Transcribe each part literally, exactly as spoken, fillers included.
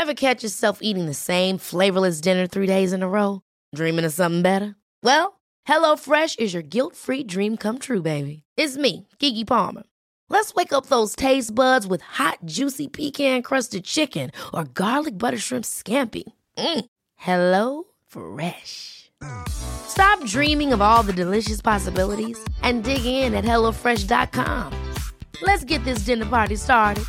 Ever catch yourself eating the same flavorless dinner three days in a row? Dreaming of something better? Well, HelloFresh is your guilt-free dream come true, baby. It's me, Keke Palmer. Let's wake up those taste buds with hot, juicy pecan-crusted chicken or garlic butter shrimp scampi. Mm. Hello Fresh. Stop dreaming of all the delicious possibilities and dig in at hello fresh dot com. Let's get this dinner party started.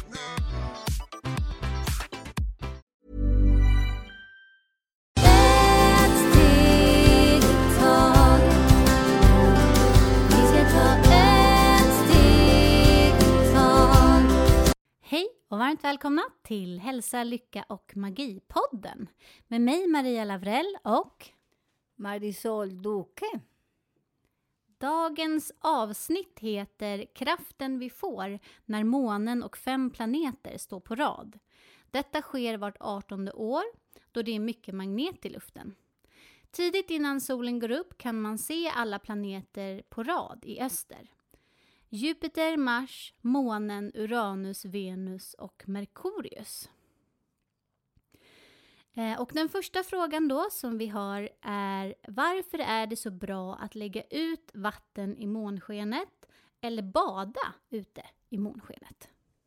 Hej och varmt välkomna till Hälsa, Lycka och Magi-podden med mig Maria Lavrell och Marisol Duque. Dagens avsnitt heter Kraften vi får när månen och fem planeter står på rad. Detta sker vart artonde år då det är mycket magnet i luften. Tidigt innan solen går upp kan man se alla planeter på rad i öster. Jupiter, Mars, månen, Uranus, Venus och Merkurius. Eh, och den första frågan då som vi har är: varför är det så bra att lägga ut vatten i månskenet eller bada ute i månskenet?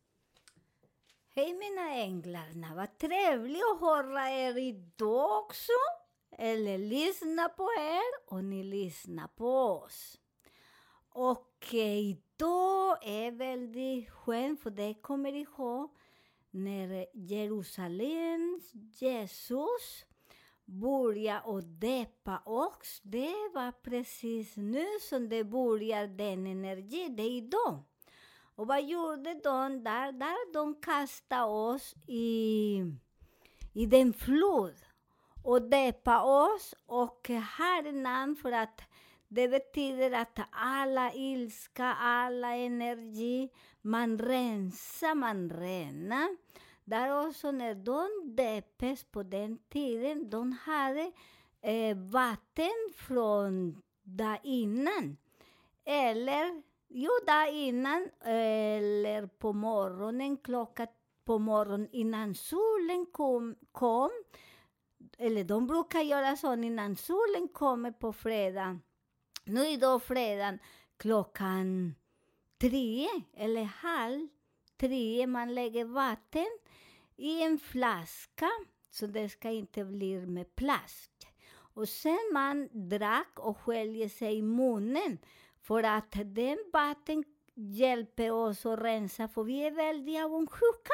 Hej mina änglarna, vad trevligt att höra er idag också. Eller lyssna på er och ni lyssnar på oss. Och idag är väldigt skönt, för det kommer ihåg när Jerusalems Jesus började och döpa oss. Det var precis nu som det börjar den energi, det är idag. Och vad gjorde de där? Där de kastade oss i, i den flod och döpa oss och här namn för att det betyder att alla ilska, alla energi, man rensar, man renar. Där också när de döpes på den tiden, de hade eh, vatten från där innan. Eller, jo där innan, eller på morgonen, klockan på morgonen innan solen kom, kom. Eller de brukar göra så innan solen kommer på fredag. Nu är då fredagen klockan tre eller halv tre. Man lägger vatten i en flaska så det ska inte bli med plast. Och sen man drack och sköljer sig i munnen för att den vatten hjälper oss att rensa. För vi är väldigt avundsjuka.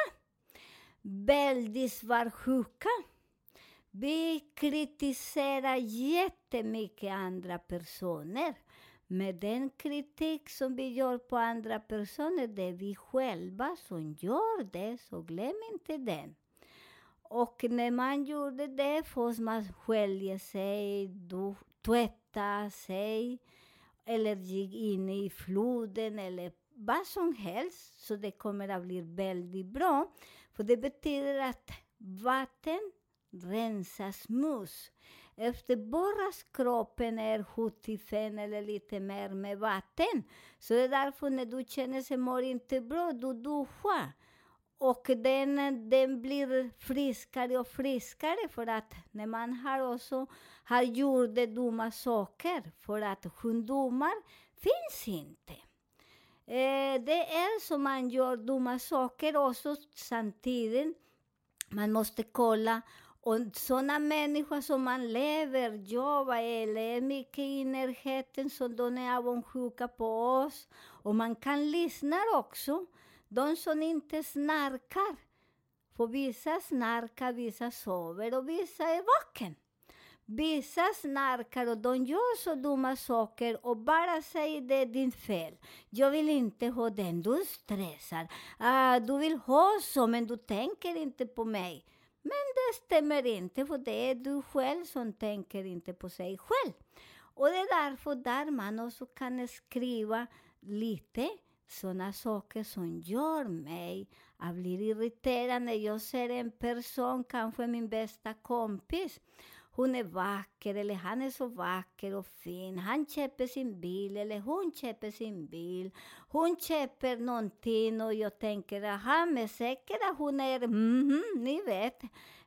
Väldigt svartsjuka. Vi kritiserar jättemycket andra personer. Med den kritik som vi gör på andra personer, det är vi själva som gör det, så glöm inte den. Och när man gjorde det får man skölja sig, do, tvätta sig, eller gick in i floden eller vad som helst. Så det kommer att bli väldigt bra. För det betyder att vatten rensas mus. Efter borras kroppen är sjuttiofem eller lite mer med vatten. Så det är därför när du känner sig mår inte bra, du duschar. Och den, den blir friskare och friskare för att när man har också har gjort dumma saker. För att sjukdomar finns inte. Eh, det är som man gör dumma saker också samtidigt. Man måste kolla. Och sådana människor som man lever, jobbar eller är mycket i närheten, så de är avundsjuka på oss. Och man kan lyssna också. De som inte snarkar. För vissa snarkar, vissa sover och vissa är vaken. Vissa snarkar och de gör så dumma saker och bara säger det är din fel. Jag vill inte ha den, du stressar. Ah, du vill ha så men du tänker inte på mig. Men det stämmer inte, för det är du själv som tänker inte på sig själv. Och det är därför där man också kan skriva lite sådana saker som gör mig. Jag blir irriterad när jag ser en person, kanske min bästa kompis. Hon är vacker eller han är så vacker och fin. Han köper sin bil eller hon köper sin bil. Hon köper någonting och jag tänker, aha, men säkert att hon är, mm, ni vet,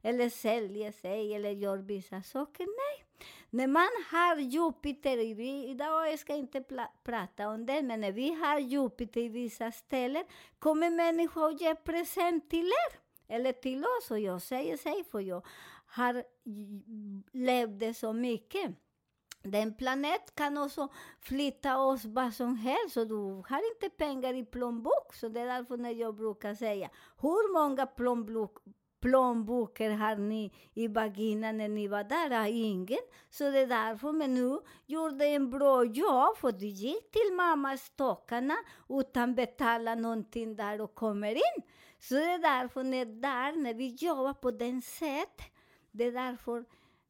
eller säljer sig eller gör vissa saker. Nej. När man har Jupiter, i, idag ska jag inte pla, prata om det, men när vi har Jupiter i vissa ställen kommer människor att ge present till er. Eller till oss, och jag säger sig för jag har levt så mycket. Den planet kan också flytta oss vad som helst, och du har inte pengar i plånbok. Så det är därför när jag brukar säga, hur många plånbok, plånböcker har ni i vaginan när ni var där? Ingen. Så det är därför, men nu gjorde en bra jobb, för du gick till mammas stockarna utan betala någonting där och kommer in. Så det är därför när, där, när vi jobbar på den sätt, det är därför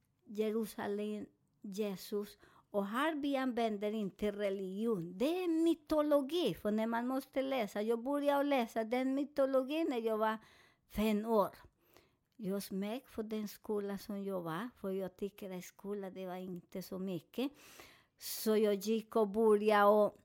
Jerusalem, Jesus, och här vi använder inte religion. Det är mytologi, för när man måste läsa. Jag började läsa den mytologin när jag var fem år. Jag smög för den skola som jag var, för jag tycker att skola det var inte så mycket. Så jag gick och började och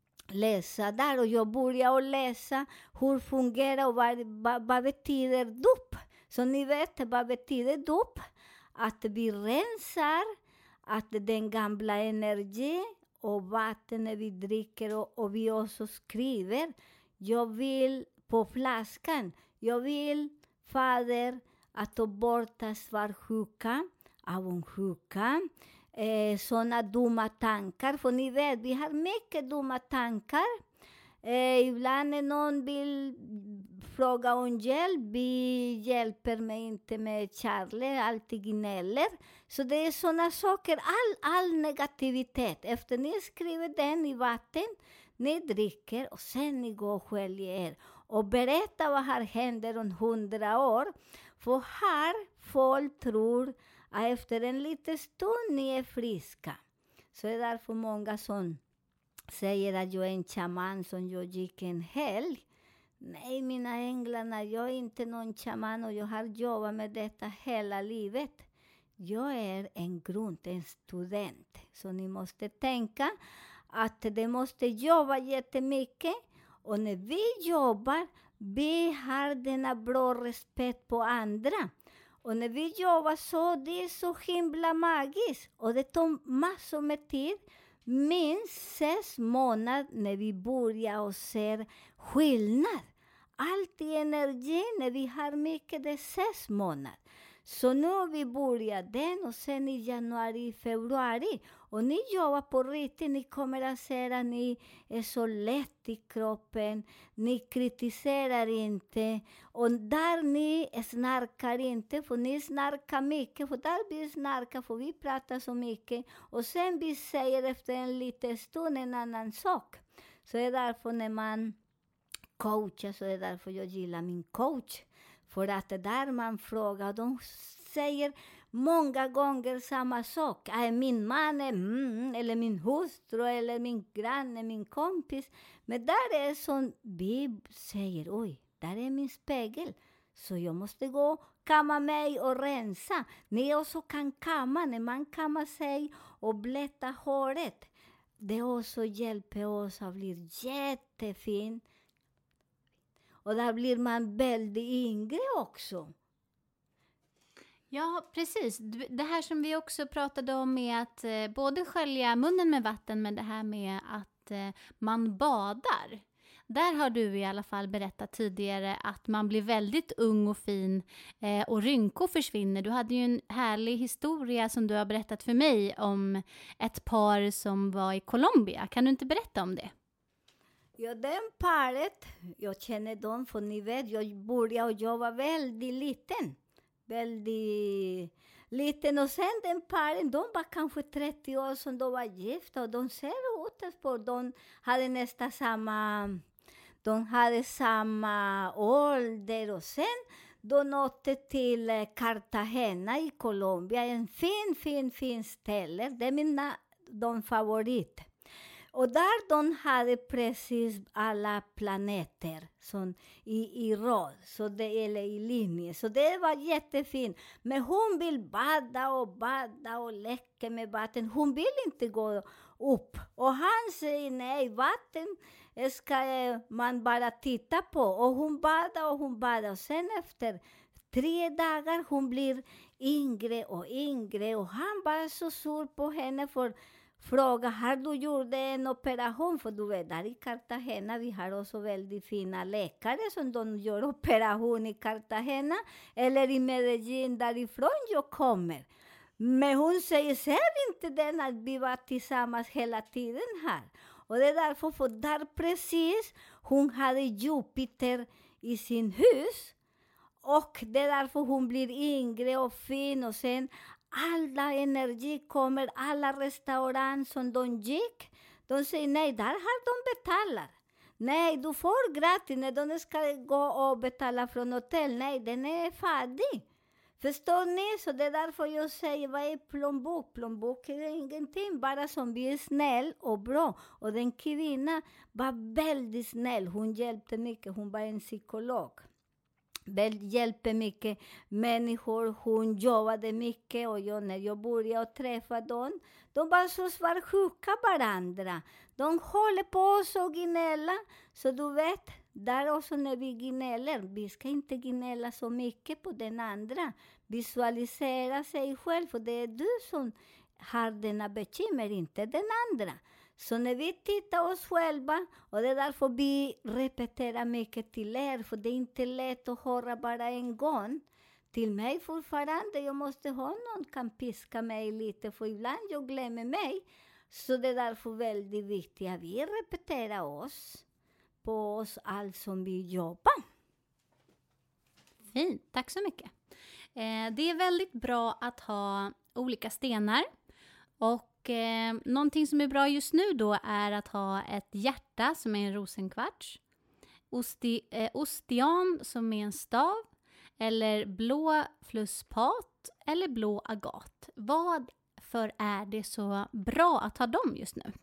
läsa där, och jag började läsa hur fungerar och vad, vad, vad betyder dop. Så ni vet vad betyder dop? Att vi rensar, att den gamla energi och vatten vi dricker, och, och vi också skriver. Jag vill på flaskan, jag vill, Fader, att ta bort svartsjuka, avundsjuka, eh, sådana dumma tankar. För ni vet, vi har mycket dumma tankar. Eh, ibland när någon vill fråga om hjälp, vi hjälper mig inte med kärlek, alltid gnäller. Så det är sådana saker, all, all negativitet. Efter ni skriver den i vatten, ni dricker och sen ni går och sköljer er. Och berätta vad här händer om hundra år. För här folk tror att efter en liten stund ni är friska. Så det är därför många som säger att jag är en shaman som jag gick en helg. Nej, mina änglarna, jag är inte någon shaman, och jag har jobbat med detta hela livet. Jag är en grund, en student. Så ni måste tänka att det måste jobba jättemycket. Och när vi jobbar, vi har denna bra respekt på andra. Och när vi jobbar så, det är så himla magiskt. Och det tar massor med tid. Minst sex månader när vi börjar och ser skillnad. Allt i energi när vi har mycket, det är sex månader. Så nu vi börjar den, och sen i januari, februari. Och ni jobbar på riktigt, ni kommer att se att ni är så lätt i kroppen. Ni kritiserar inte. Och där ni snarkar inte, för ni snarkar mycket. För där vi snarkar, för vi pratar så mycket. Och sen vi säger efter en liten stund en annan sak. Så det är därför när man coachar, så är det därför jag gillar min coach. För att där man frågar, de säger många gånger samma sak. Är min man, är, mm, eller min hustru, eller min granne, min kompis. Men där är som vi säger, oj, där är min spegel. Så jag måste gå, kamma mig och rensa. Ni också kan kamma, när man kammar sig och blätta håret. Det också hjälper oss att bli jättefin. Och där blir man väldigt yngre också. Ja, precis. Det här som vi också pratade om är att eh, både skölja munnen med vatten, men det här med att eh, man badar. Där har du i alla fall berättat tidigare att man blir väldigt ung och fin eh, och rynkor försvinner. Du hade ju en härlig historia som du har berättat för mig om ett par som var i Colombia. Kan du inte berätta om det? Ja, den paret, jag känner dem, för ni vet, jag började och jag var väldigt liten. Väldigt liten. Och sen den paren, de var kanske trettio år som de var gifta. Och de ser ut på, de hade nästan samma, de hade samma ålder. Och sen de åkte till Cartagena i Colombia. En fin, fin, fin ställe. Det är mina de favorit. Och där de hade precis alla planeter som i, i rad, så det, eller i linje. Så det var jättefint. Men hon vill bada och bada och leka med vatten. Hon vill inte gå upp. Och han säger nej, vatten ska man bara titta på. Och hon badar och hon badar. Och sen efter tre dagar hon blir yngre och yngre. Och han var så sur på henne för fråga, har du gjort en operation? För du vet, där i Cartagena vi har också väldigt fina läkare som de gör operation i Cartagena. Eller i Medellin, därifrån jag kommer. Men hon säger, ser inte den att vi var tillsammans hela tiden här? Och det är därför, för där precis, hon hade Jupiter i sin hus. Och det är därför hon blir yngre och fin. Och sen alla energi kommer, alla restaurang som de gick. De säger, nej, där har de betalat. Nej, du får gratis när de ska gå och betala från hotell. Nej, den är färdig. Förstår ni? Så det är därför jag säger, vad är plånbok? Plånbok är ingenting, bara som vi är snäll och bra. Och den kvinnan var väldigt snäll. Hon hjälpte mycket, hon var en psykolog. Väl hjälpte mycket människor, hon jobbade mycket. Och jag, när jag började träffa dem, de var så svartsjuka varandra. De håller på oss och gnälla. Så du vet, där också när vi gnäller, vi ska inte gnälla så mycket på den andra. Visualisera sig själv, för det är du som har denna bekymmer, inte den andra. Så när vi tittar oss själva, och det är därför vi repeterar mycket till er, för det är inte lätt att höra bara en gång. Till mig fortfarande, jag måste ha någon kan piska mig lite, för ibland jag glömmer mig. Så det är därför väldigt viktigt att vi repeterar oss på oss allt som vi jobbar. Fint, tack så mycket. Eh, det är väldigt bra att ha olika stenar. Och eh, någonting som är bra just nu då är att ha ett hjärta som är en rosenkvarts. Osti, eh, ostian som är en stav. Eller blå flusspat eller blå agat. Vad för är det så bra att ha dem just nu?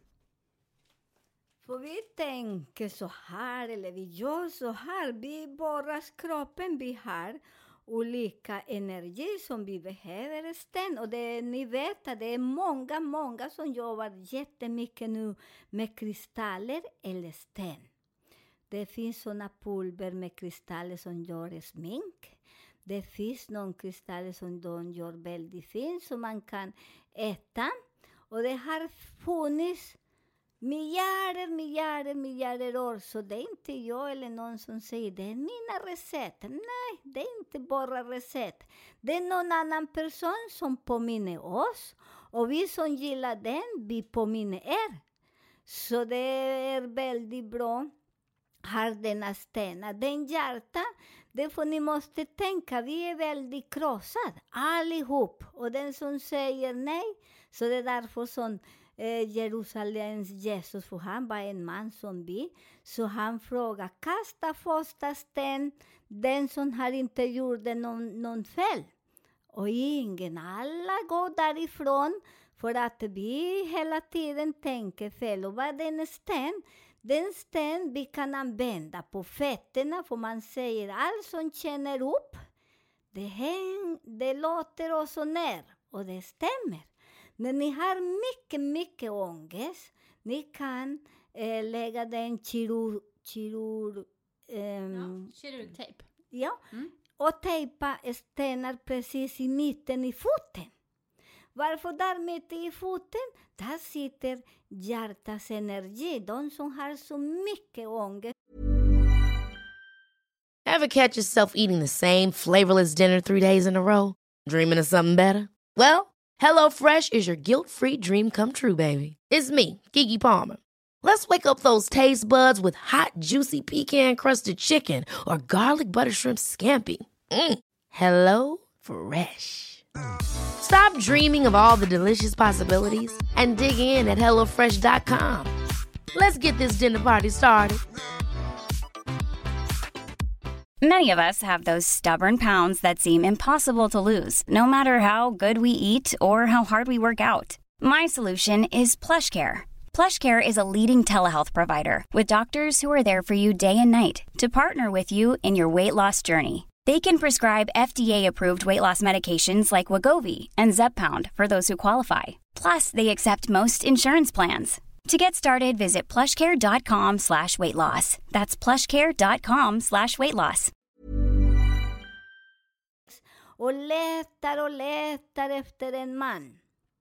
För vi tänker så här, eller vi gör så här. Vi borrar kroppen, vi har olika energi som vi behöver sten. Och det, ni vet att det är många, många som jobbar jättemycket nu med kristaller eller sten. Det finns sådana pulver med kristaller som gör smink. Det finns någon kristaller som de gör väldigt fint som man kan äta. Och det har funnits miljarder, miljarder, miljarder år. Så det är inte jag eller någon som säger det är mina recept. Nej, det är inte bara recept. Det är någon annan person som påminner oss. Och vi som gillar den, vi påminner er. Så det är väldigt bra. Har denna stenar. Den hjärta, det får ni måste tänka. Vi är väldigt krossade, allihop. Och den som säger nej, så det är därför som eh, Jerusalems Jesus, för han var en man som vi. Så han frågar, kasta första sten, den som har inte gjort någon, någon fel. Och ingen, alla går därifrån. För att vi hela tiden tänker fel. Och vad är en sten? Den sten vi kan använda på fötterna, för man säger allt som känner upp, det, häng, det låter också ner, och det stämmer. När ni har mycket, mycket ångest, ni kan eh, lägga den kirurg... kirurg ehm, ja, kirurgtejp. Ja, mm. Och tejpa stenar precis i mitten i foten. Varför där mitt i foten? Där sitter hjärtats energi. De som har så mycket ångest. Ever catch yourself eating the same flavorless dinner three days in a row? Dreaming of something better? Well, HelloFresh is your guilt-free dream come true, baby. It's me, Keke Palmer. Let's wake up those taste buds with hot, juicy pecan-crusted chicken or garlic butter shrimp scampi. Mm. Hello Fresh. Stop dreaming of all the delicious possibilities and dig in at hello fresh dot com. Let's get this dinner party started. Many of us have those stubborn pounds that seem impossible to lose, no matter how good we eat or how hard we work out. My solution is PlushCare. PlushCare is a leading telehealth provider with doctors who are there for you day and night to partner with you in your weight loss journey. They can prescribe F D A-approved weight loss medications like Wegovy and Zepbound for those who qualify. Plus, they accept most insurance plans. To get started, visit plushcare.com slash weight loss. That's plushcare.com slash weight loss. och letar och letar efter en man.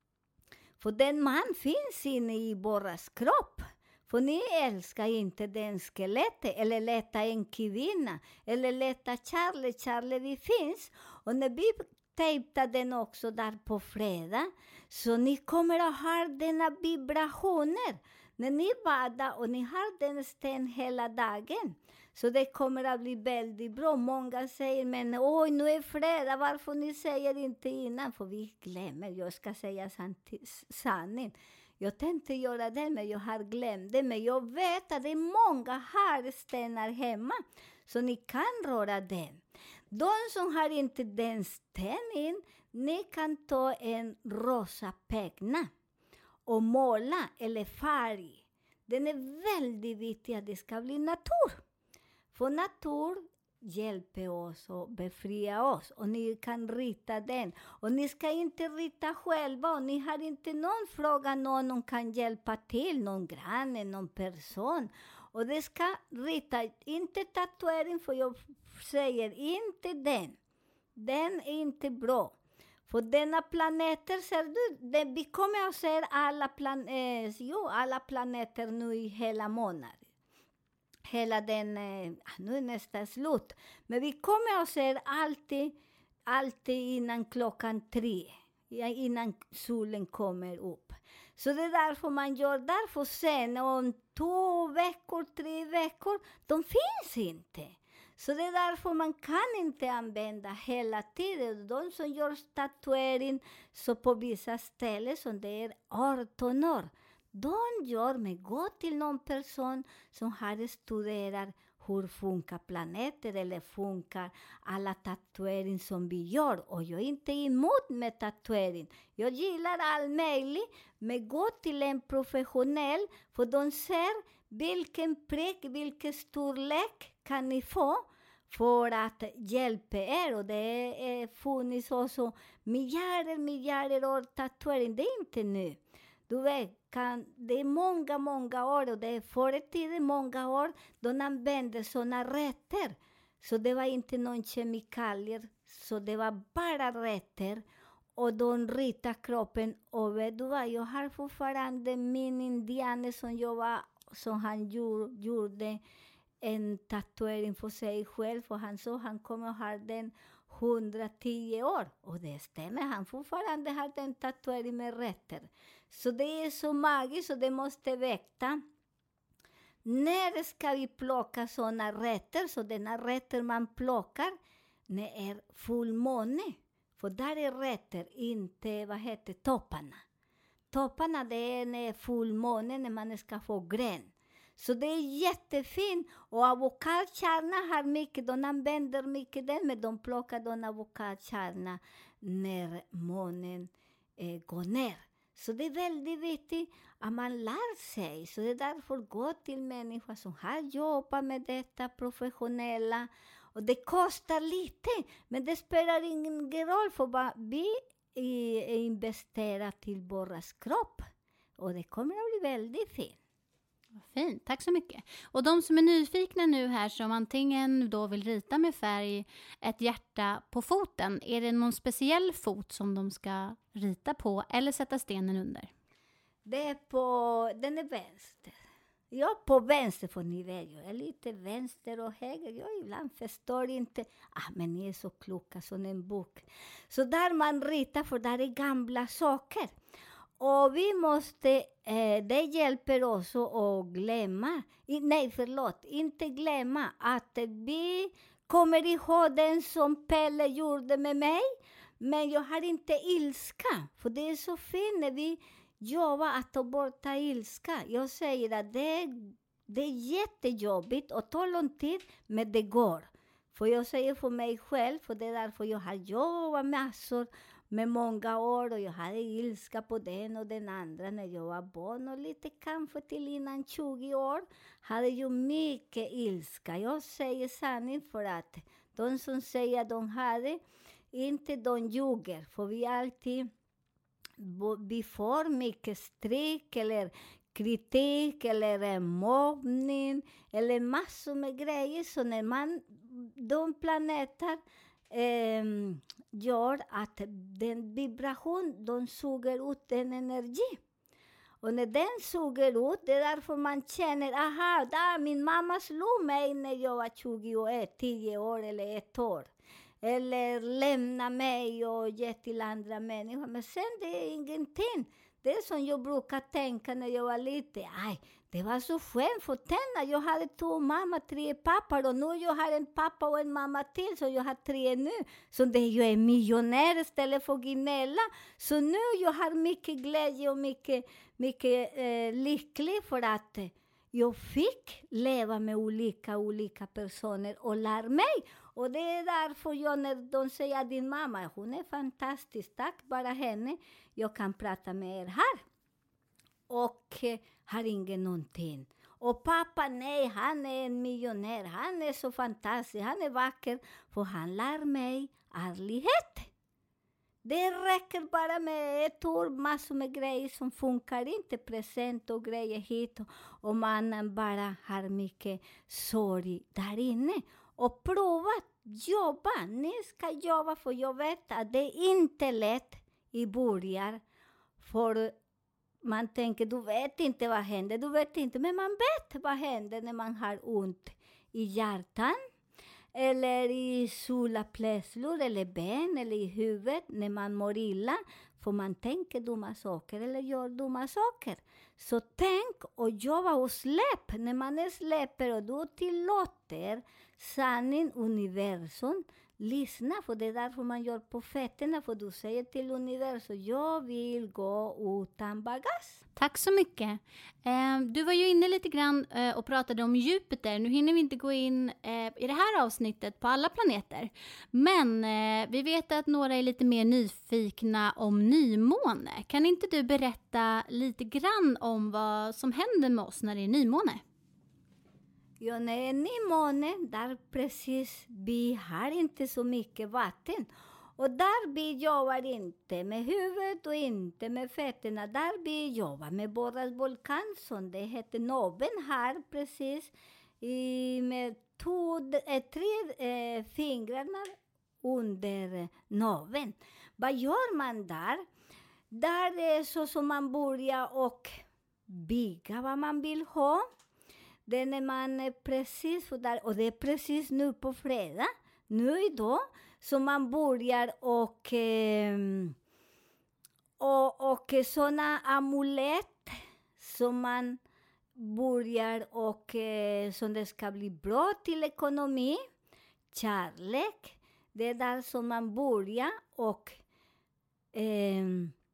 För den man finns inne i våras kropp. För ni älskar inte den skelettet, eller leta en kvinna, eller leta Charlie, Charlie vi finns. Och när vi tejpar den också där på fredag, så ni kommer att ha denna vibrationer. När ni badar och ni har den sten hela dagen, så det kommer att bli väldigt bra. Många säger, men oj, nu är fredag, varför ni säger inte innan? För vi glömmer, jag ska säga sanning. Jag tänkte göra det, men jag har glömt det. Men jag vet att det är många harstenar hemma, så ni kan röra den. De som har inte den stenen, ni kan ta en rosa penna och måla eller färg. Den är väldigt viktig att det ska bli natur. För natur hjälper oss och befria oss. Och ni kan rita den. Och ni ska inte rita själva. Och ni har inte någon fråga någon som kan hjälpa till. Någon granne, någon person. Och det ska rita, inte tatuering, för jag säger inte den. Den är inte bra. För denna planeter ser du, det, vi kommer att se alla, plan, eh, jo, alla planeter nu i hela månaden. Hela den, eh, nu är nästan slut. Men vi kommer att se alltid, alltid innan klockan tre. Innan solen kommer upp. Så det är därför man gör, därför sen om två veckor, tre veckor, de finns inte. Så det är därför man kan inte använda hela tiden. De som gör tatuering så på vissa ställen som det är arton år. De gör med gå till någon person som har studerat hur funkar planeter eller funkar alla tatuering som vi gör. Och jag är inte emot med tatuering. Jag gillar all möjligt, men gå till en professionell, för de ser vilken prick, vilken storlek kan ni få för att hjälpa er. Och det är funnits också miljarder, miljarder år tatuering. Det är inte nu. Du vet, kan, det är många, många år, och det är förr i tiden många år, de använde sådana rätter. Så det var inte någon kemikalier, så det var bara rätter. Och de ritade kroppen. Och vet du vad, jag har fortfarande min indianer som jag var, som han gjorde, gjorde en tatuering för sig själv. Och han sa han kommer att ha den hundratio år. Och det stämmer, han fortfarande har den tatuering med rätter. Så det är så magiskt, så det måste väcka. När ska vi plocka sådana rätter? Så denna rätter man plockar när det är fullmåne. För där är rätter, inte vad heter topparna. Topparna det är när fullmåne, när man ska få grön. Så det är jättefint. Och avokadkärna har mycket, de använder mycket den, men de plockar de avokadkärna när månen eh, går ner. Så det är väldigt viktigt att man lär sig. Så det är därför gå till människor som har jobbat med detta professionella. Och det kostar lite, men det spelar ingen roll, för vad vi investerar till våras kropp. Och det kommer att bli väldigt fint. Fint, tack så mycket. Och de som är nyfikna nu här, som antingen då vill rita med färg ett hjärta på foten, är det någon speciell fot som de ska rita på eller sätta stenen under? Det är på, den är vänster. Jag på vänster, för ni vet, jag är lite vänster och höger. Jag ibland förstår inte. Ah, men ni är så kloka som en bok. Så där man ritar, för där är gamla saker. Och vi måste, eh, det hjälper oss att glömma, I, nej förlåt, inte glömma att vi kommer ihåg den som Pelle gjorde med mig. Men jag har inte ilska, för det är så fint när vi jobbar att ta bort ilska. Jag säger att det, det är jättejobbigt och tar lång tid, men det går. För jag säger för mig själv, för det är därför jag har jobbat massor med många år, och jag hade ilska på den och den andra när jag var barn, och lite kanske till innan tjugo år hade jag mycket ilska. Jag säger sanning, för att de som säger att de hade, inte de ljuger, för vi alltid vi får mycket stryk eller kritik eller mobbning eller massor med grejer. Så när man, de planeter eh, gör att den vibration, de suger ut en energi. Och när den suger ut, det är därför man känner, aha, där, min mamma slog mig när jag var tjugoett, tio år eller ett år. Eller lämna mig och ge till andra människor. Men sen det är ingenting. Det är som jag brukar tänka när jag var liten. Aj, det var så skönt för tänna. Jag hade två mamma, tre pappor. Och nu jag har en pappa och en mamma till. Så jag har tre nu. Så det är ju en miljonär istället för gnälla. Så nu jag har mycket glädje och mycket, mycket eh, lycklig för att jag fick leva med olika, olika personer och lära mig. Och det är därför jag, när de säger att din mamma, hon är fantastisk, tack bara henne. Jag kan prata med er här. Och eh, har ingen någonting. Och pappa, nej, han är en miljonär. Han är så fantastisk, han är vacker. För han lär mig ärlighet. Det räcker bara med ett ord, massor med grejer som funkar inte. Present och grejer hit. Och man bara har mycket sorg där inne. Och prova att jobba. Ni ska jobba, för jag vet att det är inte lätt i början. För man tänker, du vet inte vad händer. Du vet inte, men man vet vad händer när man har ont i hjärtan. Eller i sula plåslor eller ben eller i huvudet när man mår illa. För man tänker dumma saker eller gör dumma saker. Så tänk och jobba och släpp. När man är släpper och du tillåter sanning, universum. Lyssna, för det är därför man gör på fötterna. För du säger till universum, jag vill gå utan bagage. Tack så mycket. Eh, du var ju inne lite grann eh, och pratade om Jupiter. Nu hinner vi inte gå in eh, i det här avsnittet på alla planeter. Men eh, vi vet att några är lite mer nyfikna om nymåne. Kan inte du berätta lite grann om vad som händer med oss när det är nymåne? Ja, när det är nymåne, där precis vi har inte så mycket vatten. Och där vi jobbar inte med huvudet och inte med fötterna. Där vi jobbar med Borras vulkan, som det heter Nobben här precis. I, med två, äh, tre äh, fingrarna under naveln. Vad gör man där? Där är så som man börjar och bygga vad man vill ha. Det är när man är precis för där, och det är precis nu på fredag, nu idag, så man börjar och, eh, och, och sådana amulett som man börjar och eh, som det ska bli bra till ekonomi, kärlek, det är där som man börjar och eh,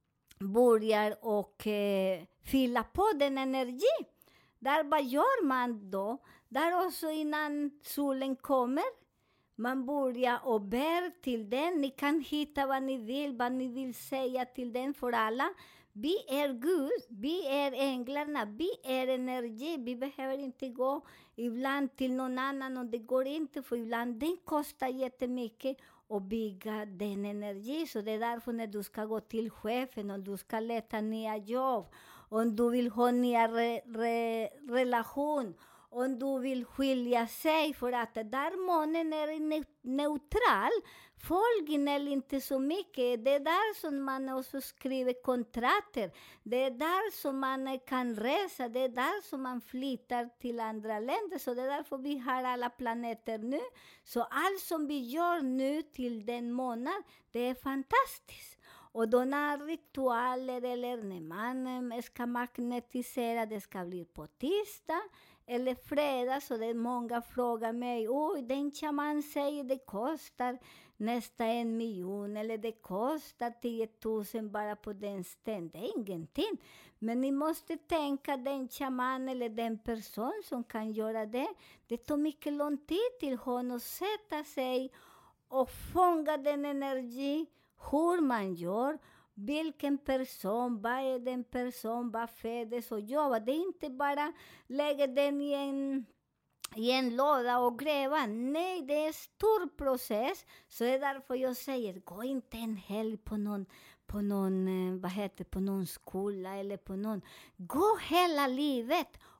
börjar och eh, fylla på den energi. Där vad gör man då? Där också innan solen kommer. Man börjar och ber till den. Ni kan hitta vad ni vill. Vad ni vill säga till den för alla. Vi är Gud. Vi är änglarna. Vi är energi. Vi behöver inte gå ibland till någon annan. Och det går inte. För ibland det kostar jättemycket att bygga den energi. Så det är därför när du ska gå till chefen och du ska leta nya jobb. Om du vill ha nya re, re, relation. Om du vill skilja sig. För att där månen är ne, neutral. Folk gnäller inte så mycket. Det är där som man också skriver kontrakter. Det är där som man kan resa. Det är där som man flyttar till andra länder. Så det är därför vi har alla planeter nu. Så allt som vi gör nu till den månaden. Det är fantastiskt. Och då när ritualer eller när man ska magnetisera, det ska bli på tisdag eller fredag. Så det är många frågar mig, oj, den shaman säger det kostar nästan en miljon eller det kostar tio tusen bara på den sten. Det är ingenting. Men ni måste tänka den shaman eller den person som kan göra det. Det tar mycket lång tid till honom att sätta sig och fånga den energi. Hur man gör, vilken person, vad är den person, vad födes och jobbar. Det är inte bara lägga den i en, i en låda och gräva. Nej, det är en stor process. Så det är därför jag säger, gå inte en helg på någon, på någon, vad heter, på någon skola eller på någon. Gå hela livet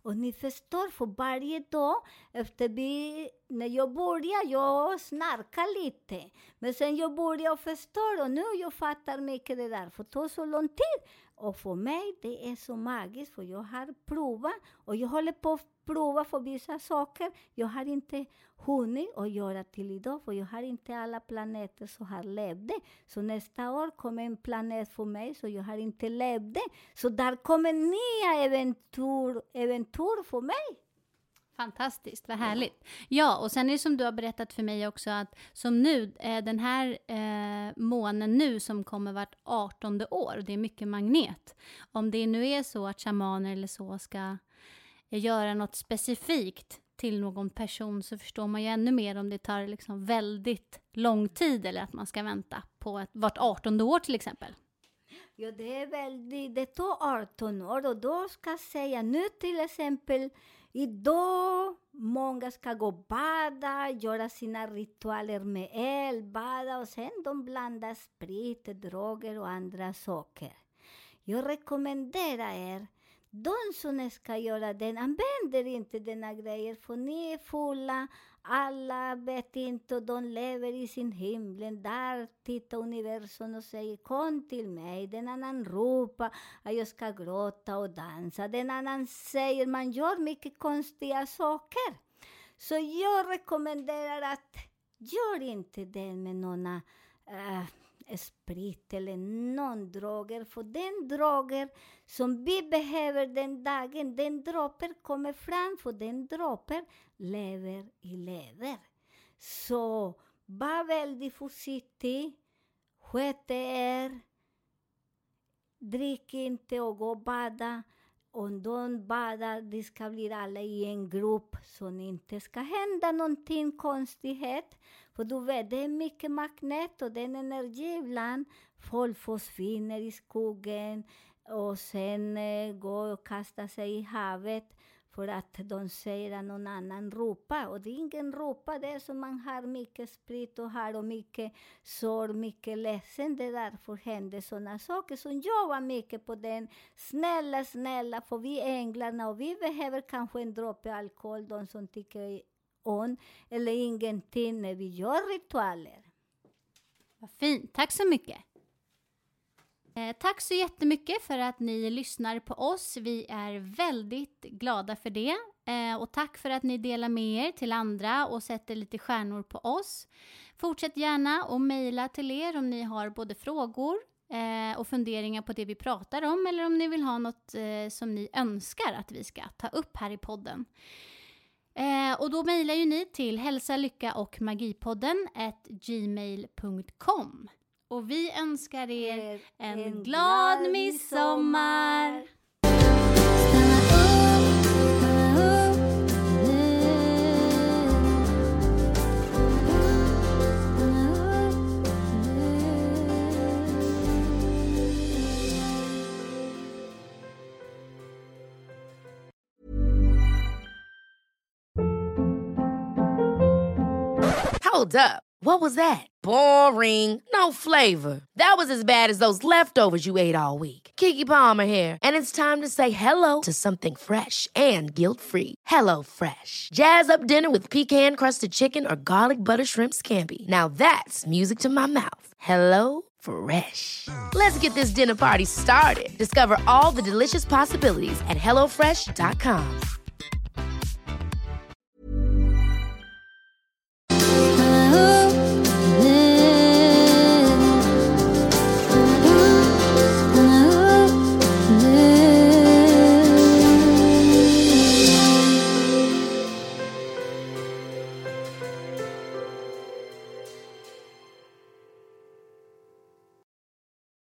Och ni förstår, för varje dag efter vi, när jag börjar, jag snarkar lite. Men sen jag börjar och förstår och nu jag fattar mycket det där. För det tar så lång tid. Och för mig det är så magiskt, för jag har provat och jag håller på att prova för vissa saker. Jag har inte hunnit att göra till idag, för jag har inte alla planeter som har levt. Så nästa år kommer en planet för mig så jag har inte levt. Så där kommer nya äventyr, äventyr för mig. Fantastiskt, vad härligt. Ja, och sen är det som du har berättat för mig också att som nu, eh, den här eh, månen nu som kommer vart artonde år, det är mycket magnet. Om det nu är så att shamaner eller så ska eh, göra något specifikt till någon person, så förstår man ju ännu mer om det tar liksom väldigt lång tid eller att man ska vänta på ett, vart artonde år till exempel. Ja, det är väldigt, det tar arton år och då ska jag säga nu till exempel idag många ska gå och bada, göra sina ritualer med eld, bada och sen de blandar sprit, droger och andra saker. Jag rekommenderar er, de som ska göra den, använder inte denna grejer för ni är fulla, alla vet inte och de lever i sin himlen. Där tittar universum och säger kom till mig. Den annan ropar att jag ska gråta och dansa. Den annan säger man gör mycket konstiga saker. Så jag rekommenderar att gör inte det med några äh, sprit eller någon droger. För den droger som vi behöver den dagen, den droppen kommer fram för den droppen lever i lever. Så var väldigt försiktig, sköt er, drick inte och gå och bada. Om de badar, det ska bli alla i en grupp så det inte ska hända någonting konstighet. För du vet, det är mycket magnet och den energi ibland. Folk försvinner i skogen och sen eh, går och kastar sig i havet för att de säger att någon annan ropar. Och det är ingen ropar, det är som man har mycket sprit och har och mycket sorg, mycket ledsen. Det är därför händer sådana saker. Så jag var mycket på den. Snälla, snälla, för vi är änglarna och vi behöver kanske en droppe alkohol, de som tycker om, eller ingenting när vi gör ritualer. Vad fint, tack så mycket. Eh, tack så jättemycket för att ni lyssnar på oss. Vi är väldigt glada för det. Eh, och tack för att ni delar med er till andra och sätter lite stjärnor på oss. Fortsätt gärna och mejla till er om ni har både frågor eh, och funderingar på det vi pratar om. Eller om ni vill ha något eh, som ni önskar att vi ska ta upp här i podden. Eh, och då mejlar ju ni till hälsa, lycka och magipodden at gmail punkt com. Och vi önskar er en, en glad, glad midsommar! Hold up. What was that? Boring. No flavor. That was as bad as those leftovers you ate all week. Keke Palmer here. And it's time to say hello to something fresh and guilt-free. Hello Fresh. Jazz up dinner with pecan-crusted chicken or garlic butter shrimp scampi. Now that's music to my mouth. Hello Fresh. Let's get this dinner party started. Discover all the delicious possibilities at hello fresh dot com.